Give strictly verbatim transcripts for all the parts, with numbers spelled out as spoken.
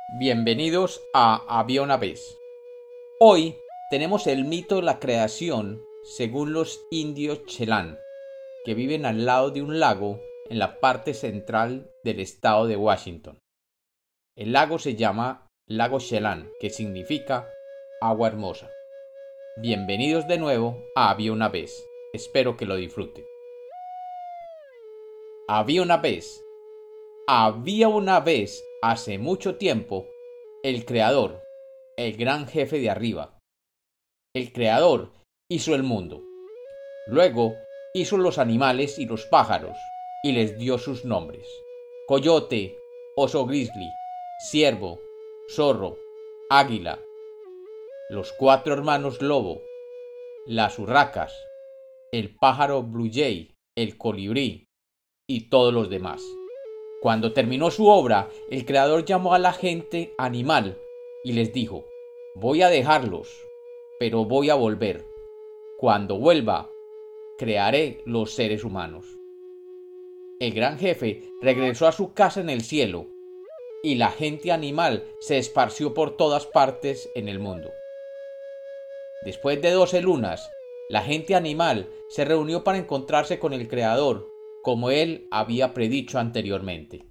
Bienvenidos a Había una vez. Hoy tenemos el mito de la creación según los indios Chelan, que viven al lado de un lago en la parte central del estado de Washington. El lago se llama Lago Chelan, que significa agua hermosa. Bienvenidos de nuevo a Había una vez. Espero que lo disfruten. Había una vez. Había una vez, hace mucho tiempo, el Creador, el gran jefe de arriba. El Creador hizo el mundo. Luego hizo los animales y los pájaros, y les dio sus nombres: coyote, oso grizzly, ciervo, zorro, águila, los cuatro hermanos lobo, las urracas, el pájaro blue jay, el colibrí y todos los demás. Cuando terminó su obra, el Creador llamó a la gente animal y les dijo: voy a dejarlos, pero voy a volver. Cuando vuelva, crearé los seres humanos. El gran jefe regresó a su casa en el cielo, y la gente animal se esparció por todas partes en el mundo. Después de doce lunas, la gente animal se reunió para encontrarse con el Creador, como él había predicho anteriormente.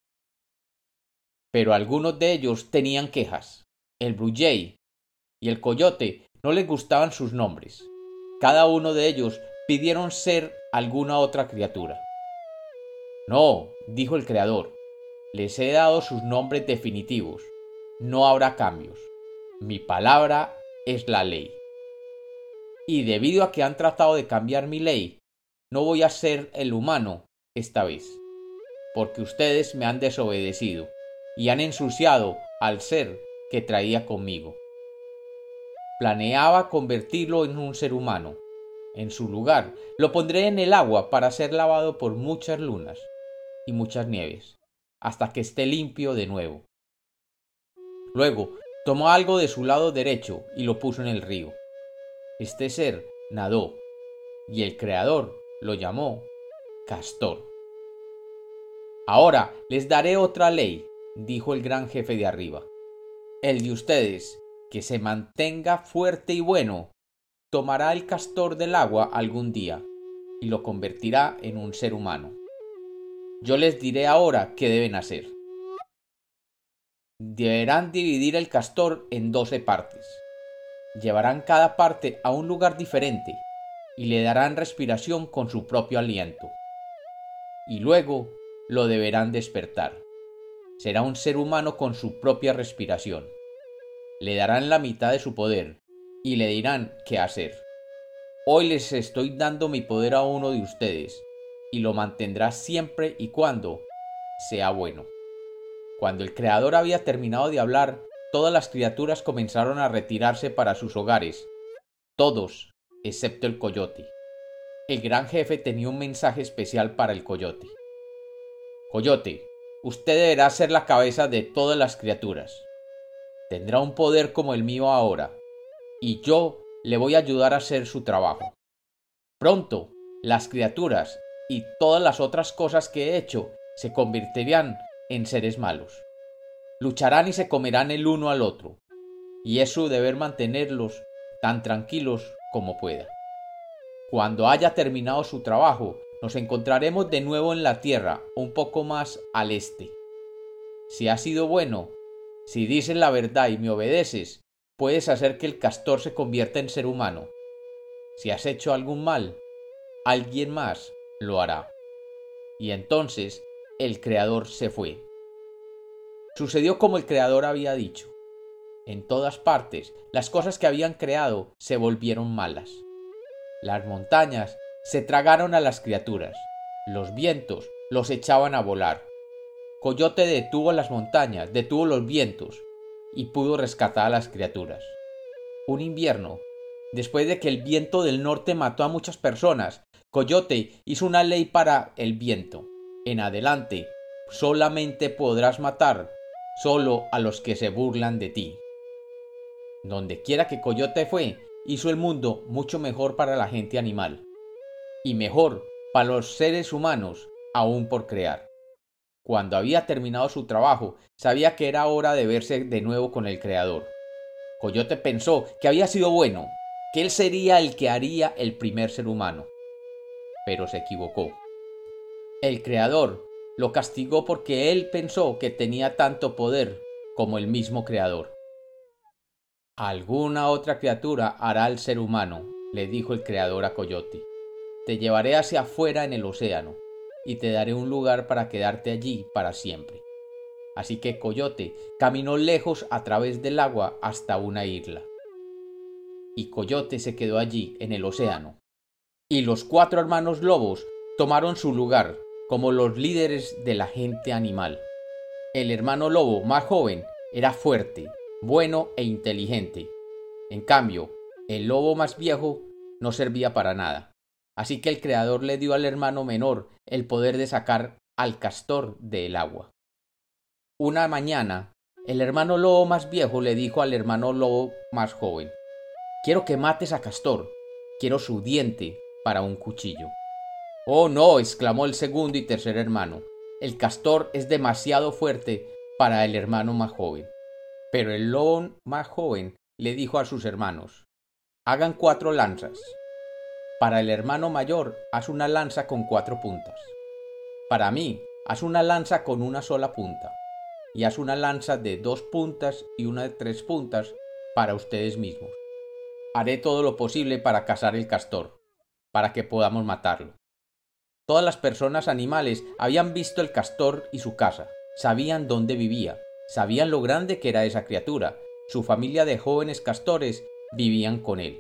Pero algunos de ellos tenían quejas. El blue jay y el coyote no les gustaban sus nombres. Cada uno de ellos pidieron ser alguna otra criatura. No, dijo el Creador, les he dado sus nombres definitivos. No habrá cambios. Mi palabra es la ley. Y debido a que han tratado de cambiar mi ley, no voy a ser el humano esta vez, porque ustedes me han desobedecido y han ensuciado al ser que traía conmigo. Planeaba convertirlo en un ser humano. En su lugar, lo pondré en el agua para ser lavado por muchas lunas y muchas nieves, hasta que esté limpio de nuevo. Luego, tomó algo de su lado derecho y lo puso en el río. Este ser nadó, y el Creador lo llamó Castor. Ahora les daré otra ley, dijo el gran jefe de arriba. El de ustedes, que se mantenga fuerte y bueno, tomará el castor del agua algún día y lo convertirá en un ser humano. Yo les diré ahora qué deben hacer. Deberán dividir el castor en doce partes. Llevarán cada parte a un lugar diferente y le darán respiración con su propio aliento. Y luego lo deberán despertar. Será un ser humano con su propia respiración. Le darán la mitad de su poder y le dirán qué hacer. Hoy les estoy dando mi poder a uno de ustedes y lo mantendrá siempre y cuando sea bueno. Cuando el Creador había terminado de hablar, todas las criaturas comenzaron a retirarse para sus hogares. Todos, excepto el coyote. El gran jefe tenía un mensaje especial para el coyote. Coyote, usted deberá ser la cabeza de todas las criaturas. Tendrá un poder como el mío ahora, y yo le voy a ayudar a hacer su trabajo. Pronto, las criaturas y todas las otras cosas que he hecho se convertirán en seres malos. Lucharán y se comerán el uno al otro, y es su deber mantenerlos tan tranquilos como pueda. Cuando haya terminado su trabajo, nos encontraremos de nuevo en la tierra, un poco más al este. Si has sido bueno, si dices la verdad y me obedeces, puedes hacer que el castor se convierta en ser humano. Si has hecho algún mal, alguien más lo hará. Y entonces el Creador se fue. Sucedió como el Creador había dicho. En todas partes, las cosas que habían creado se volvieron malas. Las montañas se tragaron a las criaturas. Los vientos los echaban a volar. Coyote detuvo las montañas, detuvo los vientos y pudo rescatar a las criaturas. Un invierno, después de que el viento del norte mató a muchas personas, Coyote hizo una ley para el viento. En adelante, solamente podrás matar solo a los que se burlan de ti. Donde quiera que Coyote fue, hizo el mundo mucho mejor para la gente animal y mejor para los seres humanos aún por crear. Cuando había terminado su trabajo, sabía que era hora de verse de nuevo con el Creador. Coyote pensó que había sido bueno, que él sería el que haría el primer ser humano. Pero se equivocó. El Creador lo castigó porque él pensó que tenía tanto poder como el mismo Creador. Alguna otra criatura hará al ser humano, le dijo el Creador a Coyote. Te llevaré hacia afuera en el océano y te daré un lugar para quedarte allí para siempre. Así que Coyote caminó lejos a través del agua hasta una isla. Y Coyote se quedó allí en el océano. Y los cuatro hermanos lobos tomaron su lugar como los líderes de la gente animal. El hermano lobo más joven era fuerte, bueno e inteligente. En cambio, el lobo más viejo no servía para nada. Así que el Creador le dio al hermano menor el poder de sacar al castor del agua. Una mañana, el hermano lobo más viejo le dijo al hermano lobo más joven: quiero que mates a Castor, quiero su diente para un cuchillo. Oh no, exclamó el segundo y tercer hermano, el castor es demasiado fuerte para el hermano más joven. Pero el lobo más joven le dijo a sus hermanos: hagan cuatro lanzas. Para el hermano mayor, haz una lanza con cuatro puntas. Para mí, haz una lanza con una sola punta. Y haz una lanza de dos puntas y una de tres puntas para ustedes mismos. Haré todo lo posible para cazar el castor, para que podamos matarlo. Todas las personas animales habían visto el castor y su casa, sabían dónde vivía, sabían lo grande que era esa criatura, su familia de jóvenes castores vivían con él.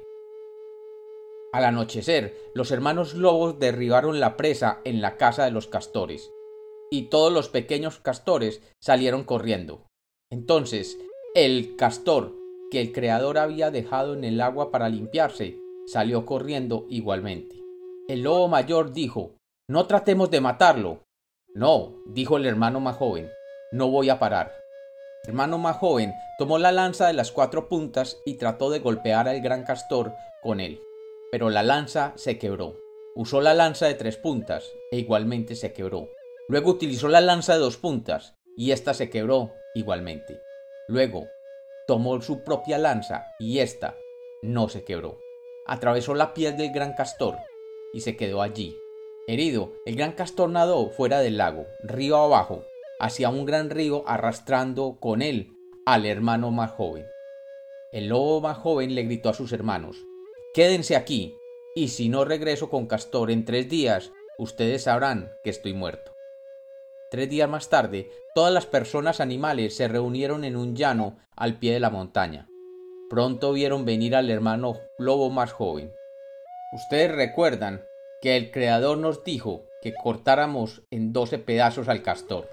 Al anochecer, los hermanos lobos derribaron la presa en la casa de los castores, y todos los pequeños castores salieron corriendo. Entonces, el castor que el Creador había dejado en el agua para limpiarse, salió corriendo igualmente. El lobo mayor dijo: no tratemos de matarlo. No, dijo el hermano más joven, no voy a parar. El hermano más joven tomó la lanza de las cuatro puntas y trató de golpear al gran castor con él, pero la lanza se quebró. Usó la lanza de tres puntas e igualmente se quebró. Luego utilizó la lanza de dos puntas y ésta se quebró igualmente. Luego tomó su propia lanza y ésta no se quebró. Atravesó la piel del gran castor y se quedó allí. Herido, el gran castor nadó fuera del lago, río abajo, hacia un gran río, arrastrando con él al hermano más joven. El lobo más joven le gritó a sus hermanos: quédense aquí, y si no regreso con Castor en tres días, ustedes sabrán que estoy muerto. Tres días más tarde, todas las personas animales se reunieron en un llano al pie de la montaña. Pronto vieron venir al hermano lobo más joven. Ustedes recuerdan que el Creador nos dijo que cortáramos en doce pedazos al castor,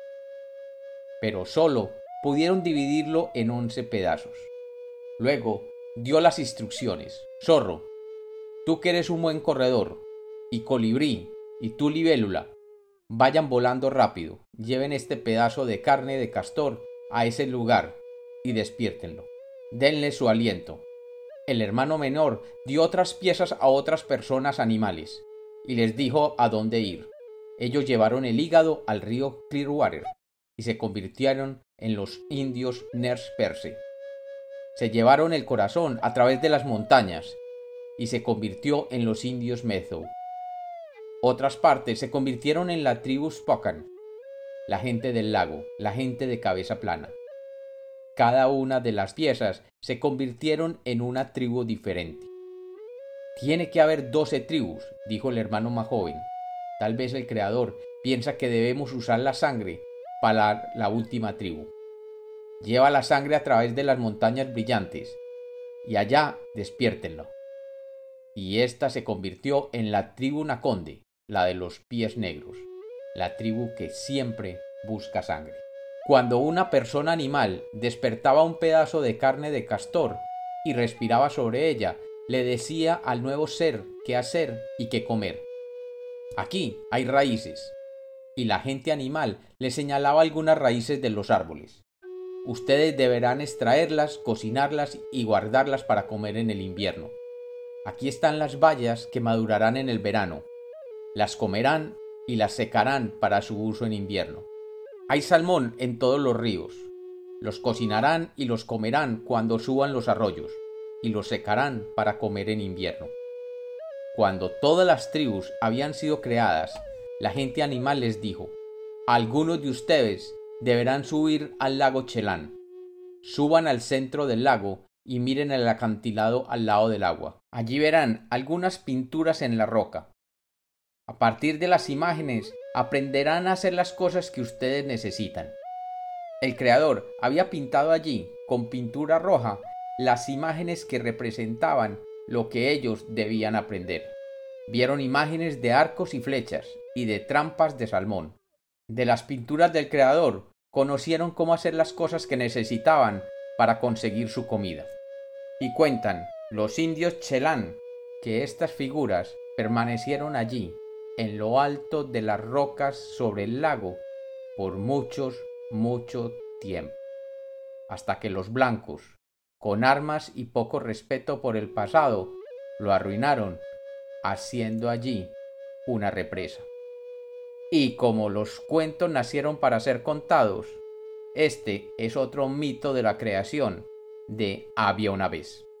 pero solo pudieron dividirlo en once pedazos. Luego dio las instrucciones: zorro, tú que eres un buen corredor, y colibrí, y tú libélula, vayan volando rápido, lleven este pedazo de carne de castor a ese lugar y despiértenlo. Denle su aliento. El hermano menor dio otras piezas a otras personas animales y les dijo a dónde ir. Ellos llevaron el hígado al río Clearwater y se convirtieron en los indios Nez Perce. Se llevaron el corazón a través de las montañas y se convirtió en los indios Meadow. Otras partes se convirtieron en la tribu Spokane, la gente del lago, la gente de cabeza plana. Cada una de las piezas se convirtieron en una tribu diferente. Tiene que haber doce tribus, dijo el hermano más joven. Tal vez el Creador piensa que debemos usar la sangre para la última tribu. Lleva la sangre a través de las montañas brillantes y allá despiértenlo. Y ésta se convirtió en la tribu Naconde, la de los pies negros, la tribu que siempre busca sangre. Cuando una persona animal despertaba un pedazo de carne de castor y respiraba sobre ella, le decía al nuevo ser qué hacer y qué comer. Aquí hay raíces, y la gente animal le señalaba algunas raíces de los árboles. Ustedes deberán extraerlas, cocinarlas y guardarlas para comer en el invierno. Aquí están las bayas que madurarán en el verano. Las comerán y las secarán para su uso en invierno. Hay salmón en todos los ríos. Los cocinarán y los comerán cuando suban los arroyos, y los secarán para comer en invierno. Cuando todas las tribus habían sido creadas, la gente animal les dijo: algunos de ustedes deberán subir al lago Chelán. Suban al centro del lago y miren el acantilado al lado del agua. Allí verán algunas pinturas en la roca. A partir de las imágenes aprenderán a hacer las cosas que ustedes necesitan. El creador había pintado allí, con pintura roja, las imágenes que representaban lo que ellos debían aprender. Vieron imágenes de arcos y flechas y de trampas de salmón. De las pinturas del creador conocieron cómo hacer las cosas que necesitaban para conseguir su comida. Y cuentan los indios Chelán que estas figuras permanecieron allí, en lo alto de las rocas sobre el lago, por muchos, mucho tiempo, hasta que los blancos, con armas y poco respeto por el pasado, lo arruinaron, haciendo allí una represa. Y como los cuentos nacieron para ser contados, este es otro mito de la creación de Había una vez.